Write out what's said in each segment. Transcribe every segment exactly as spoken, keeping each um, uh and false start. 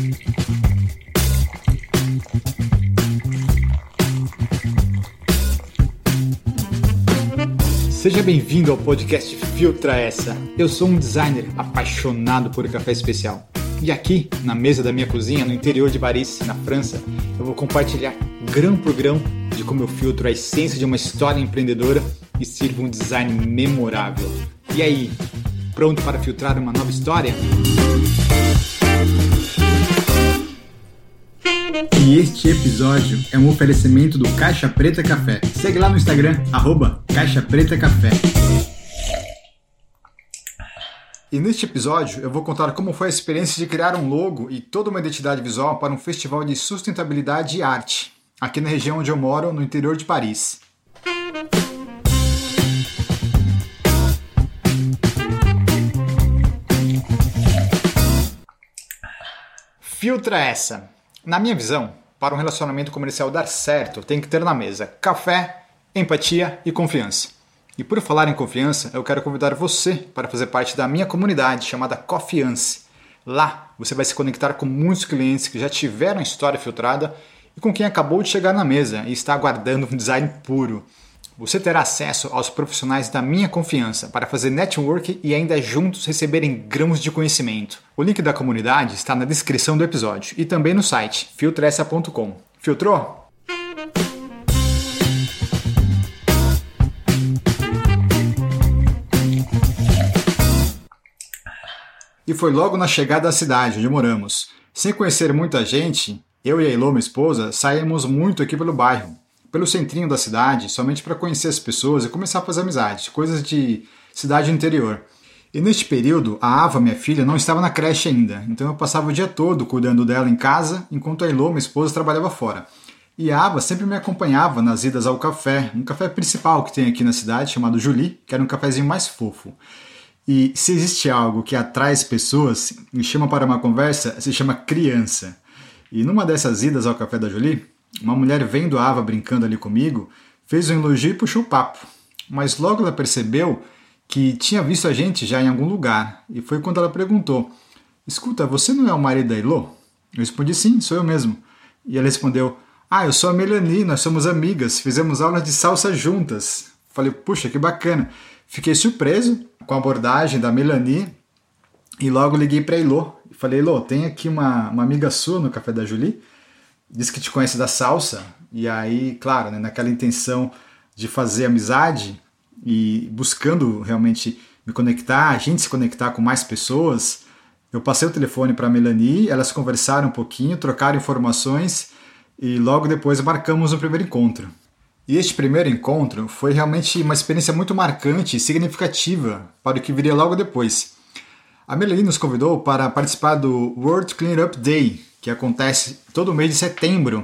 Seja bem-vindo ao podcast Filtra Essa. Eu sou um designer apaixonado por café especial. E aqui, na mesa da minha cozinha, no interior de Paris, na França, eu vou compartilhar grão por grão de como eu filtro a essência de uma história empreendedora e sirvo um design memorável. E aí, pronto para filtrar uma nova história? E este episódio é um oferecimento do Caixa Preta Café. Segue lá no Instagram, arroba Caixa Preta Café. E neste episódio eu vou contar como foi a experiência de criar um logo e toda uma identidade visual para um festival de sustentabilidade e arte, aqui na região onde eu moro, no interior de Paris. Filtra essa! Na minha visão, para um relacionamento comercial dar certo, tem que ter na mesa café, empatia e confiança. E por falar em confiança, eu quero convidar você para fazer parte da minha comunidade chamada Confiance. Lá, você vai se conectar com muitos clientes que já tiveram a história filtrada e com quem acabou de chegar na mesa e está aguardando um design puro. Você terá acesso aos profissionais da minha confiança para fazer network e ainda juntos receberem grãos de conhecimento. O link da comunidade está na descrição do episódio e também no site filtra essa ponto com. Filtrou? E foi logo na chegada à cidade onde moramos. Sem conhecer muita gente, eu e a Elô, minha esposa, saímos muito aqui pelo bairro, pelo centrinho da cidade, somente para conhecer as pessoas e começar a fazer amizade, coisas de cidade interior. E neste período, a Ava, minha filha, não estava na creche ainda, então eu passava o dia todo cuidando dela em casa, enquanto a Elô, minha esposa, trabalhava fora. E a Ava sempre me acompanhava nas idas ao café, um café principal que tem aqui na cidade, chamado Julie, que era um cafezinho mais fofo. E se existe algo que atrai as pessoas e chama para uma conversa, se chama criança. E numa dessas idas ao café da Julie, uma mulher vendo a Ava brincando ali comigo, fez um elogio e puxou o papo. Mas logo ela percebeu que tinha visto a gente já em algum lugar. E foi quando ela perguntou: escuta, você não é o marido da Elô? Eu respondi: sim, sou eu mesmo. E ela respondeu: ah, eu sou a Melanie, nós somos amigas, fizemos aulas de salsa juntas. Falei: puxa, que bacana. Fiquei surpreso com a abordagem da Melanie e logo liguei para a Elô. E falei: Elô, tem aqui uma, uma amiga sua no café da Julie, diz que te conhece da salsa. E aí, claro, né, naquela intenção de fazer amizade e buscando realmente me conectar, a gente se conectar com mais pessoas, eu passei o telefone para a Melanie, elas conversaram um pouquinho, trocaram informações e logo depois marcamos o primeiro encontro. E este primeiro encontro foi realmente uma experiência muito marcante e significativa para o que viria logo depois. A Melanie nos convidou para participar do World Cleanup Day, que acontece todo mês de setembro.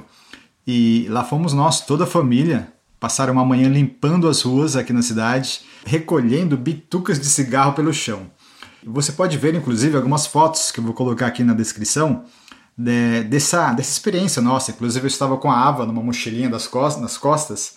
E lá fomos nós, toda a família, passar uma manhã limpando as ruas aqui na cidade, recolhendo bitucas de cigarro pelo chão. Você pode ver, inclusive, algumas fotos que eu vou colocar aqui na descrição de, dessa, dessa experiência nossa. Inclusive, eu estava com a Ava numa mochilinha das costas, nas costas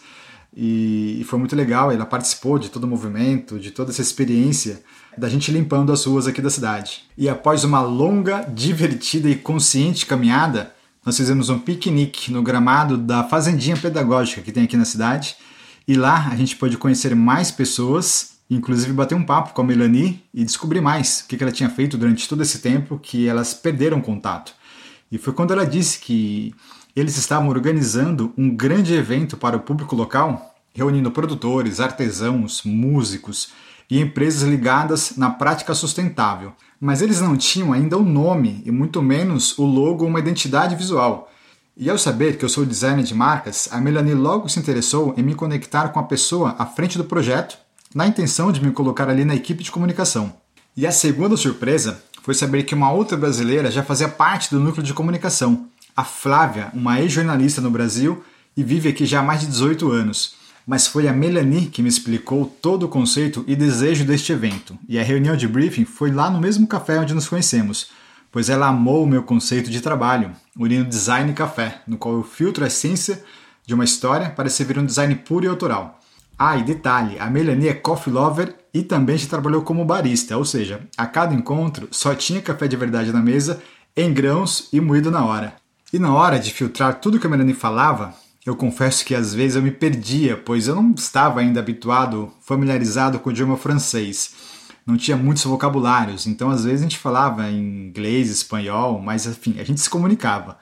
e, e foi muito legal. Ela participou de todo o movimento, de toda essa experiência da gente limpando as ruas aqui da cidade. E após uma longa, divertida e consciente caminhada, nós fizemos um piquenique no gramado da fazendinha pedagógica que tem aqui na cidade. E lá a gente pôde conhecer mais pessoas, inclusive bater um papo com a Melanie e descobrir mais o que ela tinha feito durante todo esse tempo que elas perderam contato. E foi quando ela disse que eles estavam organizando um grande evento para o público local, reunindo produtores, artesãos, músicos e empresas ligadas na prática sustentável. Mas eles não tinham ainda o nome e muito menos o logo ou uma identidade visual. E ao saber que eu sou designer de marcas, a Melanie logo se interessou em me conectar com a pessoa à frente do projeto, na intenção de me colocar ali na equipe de comunicação. E a segunda surpresa foi saber que uma outra brasileira já fazia parte do núcleo de comunicação, a Flávia, uma ex-jornalista no Brasil e vive aqui já há mais de dezoito anos. Mas foi a Melanie que me explicou todo o conceito e desejo deste evento. E a reunião de briefing foi lá no mesmo café onde nos conhecemos, pois ela amou o meu conceito de trabalho, unindo design e café, no qual eu filtro a essência de uma história para servir um design puro e autoral. Ah, e detalhe, a Melanie é coffee lover e também já trabalhou como barista, ou seja, a cada encontro só tinha café de verdade na mesa em grãos e moído na hora. E na hora de filtrar tudo que a Melanie falava, eu confesso que às vezes eu me perdia, pois eu não estava ainda habituado, familiarizado com o idioma francês. Não tinha muitos vocabulários, então às vezes a gente falava em inglês, espanhol, mas enfim, a gente se comunicava.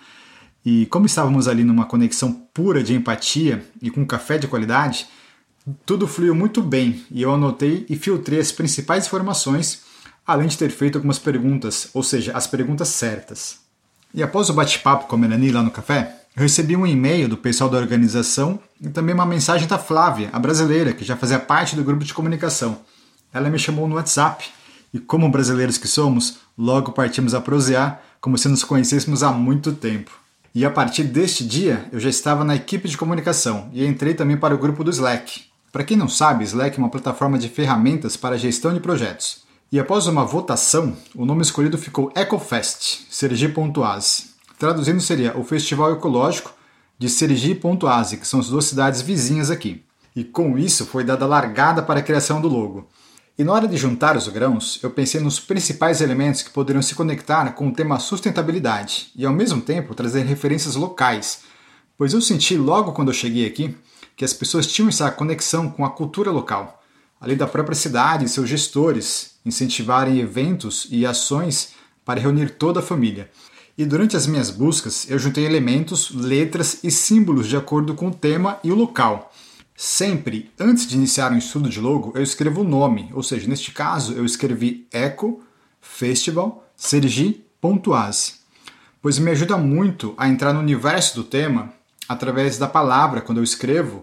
E como estávamos ali numa conexão pura de empatia e com café de qualidade, tudo fluiu muito bem e eu anotei e filtrei as principais informações, além de ter feito algumas perguntas, ou seja, as perguntas certas. E após o bate-papo com a Melanie lá no café, eu recebi um e-mail do pessoal da organização e também uma mensagem da Flávia, a brasileira, que já fazia parte do grupo de comunicação. Ela me chamou no WhatsApp e, como brasileiros que somos, logo partimos a prosear como se nos conhecêssemos há muito tempo. E a partir deste dia, eu já estava na equipe de comunicação e entrei também para o grupo do Slack. Para quem não sabe, Slack é uma plataforma de ferramentas para a gestão de projetos. E após uma votação, o nome escolhido ficou EcoFest, Sergi.Oise. Traduzindo seria o Festival Ecológico de Sergi.Oise, que são as duas cidades vizinhas aqui. E com isso foi dada a largada para a criação do logo. E na hora de juntar os grãos, eu pensei nos principais elementos que poderiam se conectar com o tema sustentabilidade e ao mesmo tempo trazer referências locais, pois eu senti logo quando eu cheguei aqui que as pessoas tinham essa conexão com a cultura local, além da própria cidade e seus gestores incentivarem eventos e ações para reunir toda a família. E durante as minhas buscas, eu juntei elementos, letras e símbolos de acordo com o tema e o local. Sempre, antes de iniciar um estudo de logo, eu escrevo o nome, ou seja, neste caso eu escrevi Eco Festival Sergi.Oise, pois me ajuda muito a entrar no universo do tema através da palavra quando eu escrevo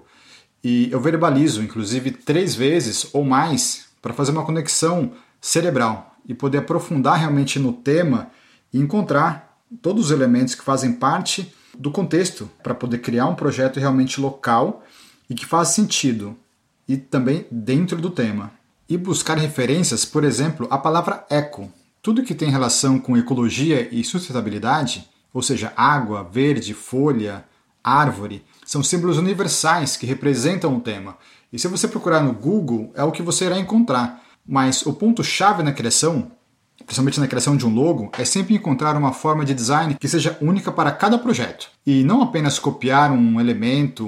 e eu verbalizo, inclusive três vezes ou mais, para fazer uma conexão cerebral e poder aprofundar realmente no tema e encontrar todos os elementos que fazem parte do contexto para poder criar um projeto realmente local e que faz sentido, e também dentro do tema. E buscar referências, por exemplo, à palavra eco. Tudo que tem relação com ecologia e sustentabilidade, ou seja, água, verde, folha, árvore, são símbolos universais que representam o tema. E se você procurar no Google, é o que você irá encontrar. Mas o ponto-chave na criação, principalmente na criação de um logo, é sempre encontrar uma forma de design que seja única para cada projeto. E não apenas copiar um elemento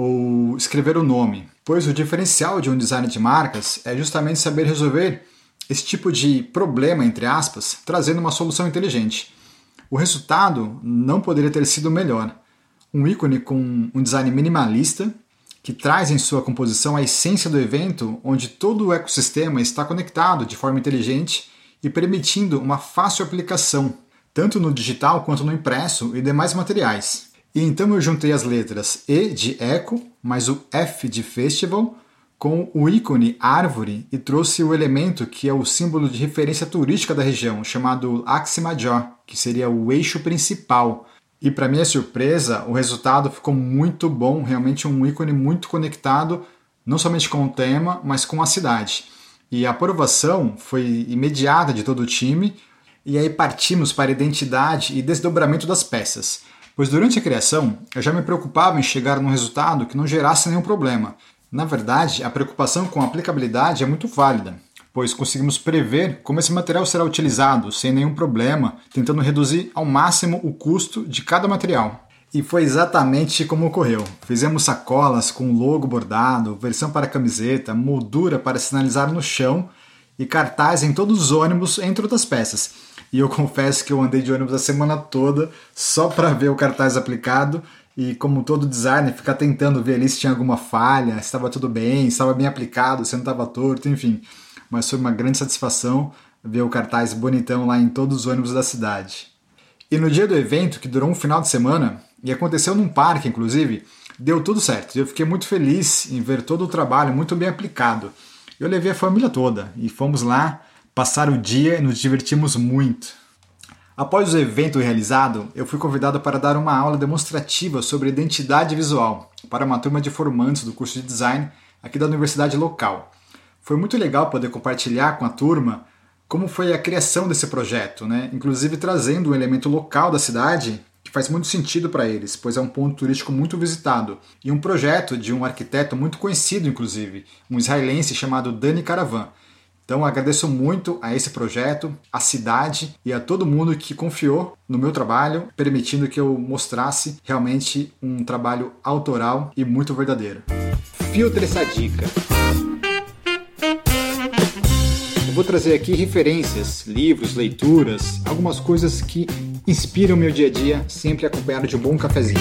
ou escrever o nome, pois o diferencial de um design de marcas é justamente saber resolver esse tipo de problema, entre aspas, trazendo uma solução inteligente. O resultado não poderia ter sido melhor. Um ícone com um design minimalista, que traz em sua composição a essência do evento, onde todo o ecossistema está conectado de forma inteligente e permitindo uma fácil aplicação, tanto no digital quanto no impresso e demais materiais. E então eu juntei as letras E de Eco, mais o F de Festival, com o ícone árvore e trouxe o elemento que é o símbolo de referência turística da região, chamado Axe Major, que seria o eixo principal. E para minha surpresa, o resultado ficou muito bom, realmente um ícone muito conectado, não somente com o tema, mas com a cidade. E a aprovação foi imediata de todo o time, e aí partimos para a identidade e desdobramento das peças. Pois durante a criação, eu já me preocupava em chegar num resultado que não gerasse nenhum problema. Na verdade, a preocupação com a aplicabilidade é muito válida, pois conseguimos prever como esse material será utilizado sem nenhum problema, tentando reduzir ao máximo o custo de cada material. E foi exatamente como ocorreu. Fizemos sacolas com logo bordado, versão para camiseta, moldura para sinalizar no chão e cartaz em todos os ônibus, entre outras peças. E eu confesso que eu andei de ônibus a semana toda só para ver o cartaz aplicado e, como todo designer, ficar tentando ver ali se tinha alguma falha, se estava tudo bem, se estava bem aplicado, se não estava torto, enfim. Mas foi uma grande satisfação ver o cartaz bonitão lá em todos os ônibus da cidade. E no dia do evento, que durou um final de semana, e aconteceu num parque inclusive, deu tudo certo. Eu fiquei muito feliz em ver todo o trabalho muito bem aplicado. Eu levei a família toda e fomos lá passar o dia e nos divertimos muito. Após o evento realizado, eu fui convidado para dar uma aula demonstrativa sobre identidade visual para uma turma de formandos do curso de design aqui da universidade local. Foi muito legal poder compartilhar com a turma como foi a criação desse projeto, né? Inclusive trazendo um elemento local da cidade que faz muito sentido para eles, pois é um ponto turístico muito visitado, e um projeto de um arquiteto muito conhecido, inclusive, um israelense chamado Dani Caravan. Então agradeço muito a esse projeto, à cidade e a todo mundo que confiou no meu trabalho, permitindo que eu mostrasse realmente um trabalho autoral e muito verdadeiro. Filtre essa dica. Eu vou trazer aqui referências, livros, leituras, algumas coisas que inspiram o meu dia a dia, sempre acompanhado de um bom cafezinho.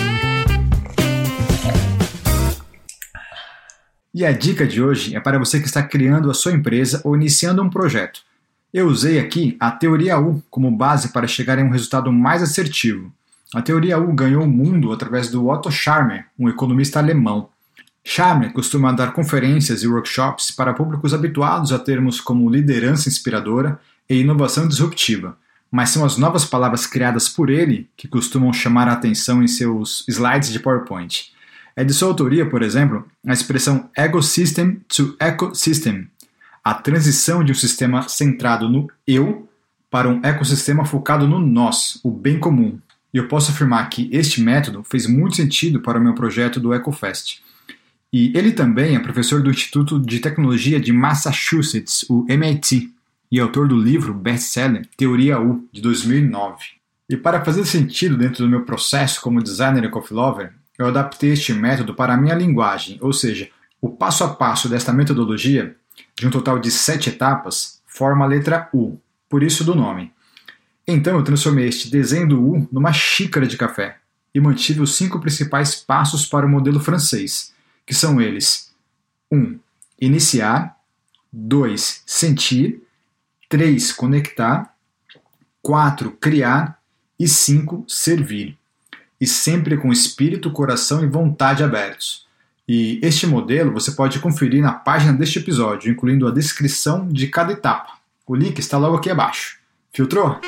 E a dica de hoje é para você que está criando a sua empresa ou iniciando um projeto. Eu usei aqui a Teoria U como base para chegar em um resultado mais assertivo. A Teoria U ganhou o mundo através do Otto Scharmer, um economista alemão. Scharmer costuma dar conferências e workshops para públicos habituados a termos como liderança inspiradora e inovação disruptiva, mas são as novas palavras criadas por ele que costumam chamar a atenção em seus slides de PowerPoint. É de sua autoria, por exemplo, a expressão Ego-System to Ecosystem, a transição de um sistema centrado no eu para um ecossistema focado no nós, o bem comum. E eu posso afirmar que este método fez muito sentido para o meu projeto do EcoFest. E ele também é professor do Instituto de Tecnologia de Massachusetts, o M I T, e autor do livro best-seller Teoria U, de dois mil e nove. E para fazer sentido dentro do meu processo como designer e coffee lover, eu adaptei este método para a minha linguagem, ou seja, o passo a passo desta metodologia, de um total de sete etapas, forma a letra U, por isso do nome. Então eu transformei este desenho do U numa xícara de café e mantive os cinco principais passos para o modelo francês, que são eles: um. Iniciar, dois. Sentir, três. Conectar, quatro. Criar e cinco. Servir. E sempre com espírito, coração e vontade abertos. E este modelo você pode conferir na página deste episódio, incluindo a descrição de cada etapa. O link está logo aqui abaixo. Filtrou?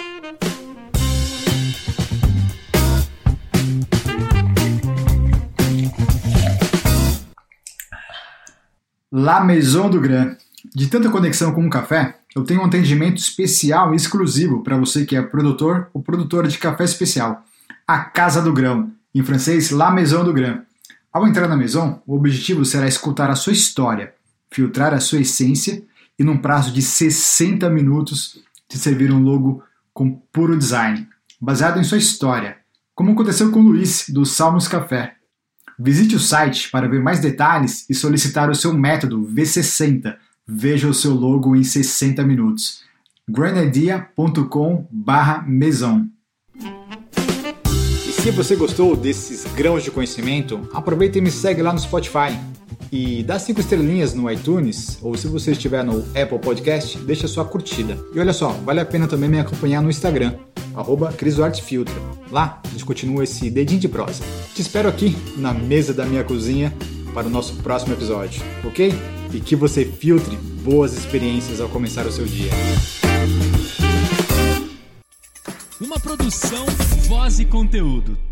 La Maison du Grain. De tanta conexão com o café, eu tenho um atendimento especial e exclusivo para você que é produtor ou produtora de café especial. A Casa do Grão, em francês La Maison du Grain. Ao entrar na Maison, o objetivo será escutar a sua história, filtrar a sua essência e num prazo de sessenta minutos te servir um logo com puro design, baseado em sua história, como aconteceu com o Luiz, do Salmos Café. Visite o site para ver mais detalhes e solicitar o seu método V sessenta. Veja o seu logo em sessenta minutos. grainidea ponto com barra maison. Se você gostou desses grãos de conhecimento, aproveita e me segue lá no Spotify. E dá cinco estrelinhas no iTunes, ou se você estiver no Apple Podcast, deixa sua curtida. E olha só, vale a pena também me acompanhar no Instagram, arroba crisoartfiltra. Lá a gente continua esse dedinho de prosa. Te espero aqui na mesa da minha cozinha para o nosso próximo episódio, ok? E que você filtre boas experiências ao começar o seu dia. Uma produção, voz e conteúdo.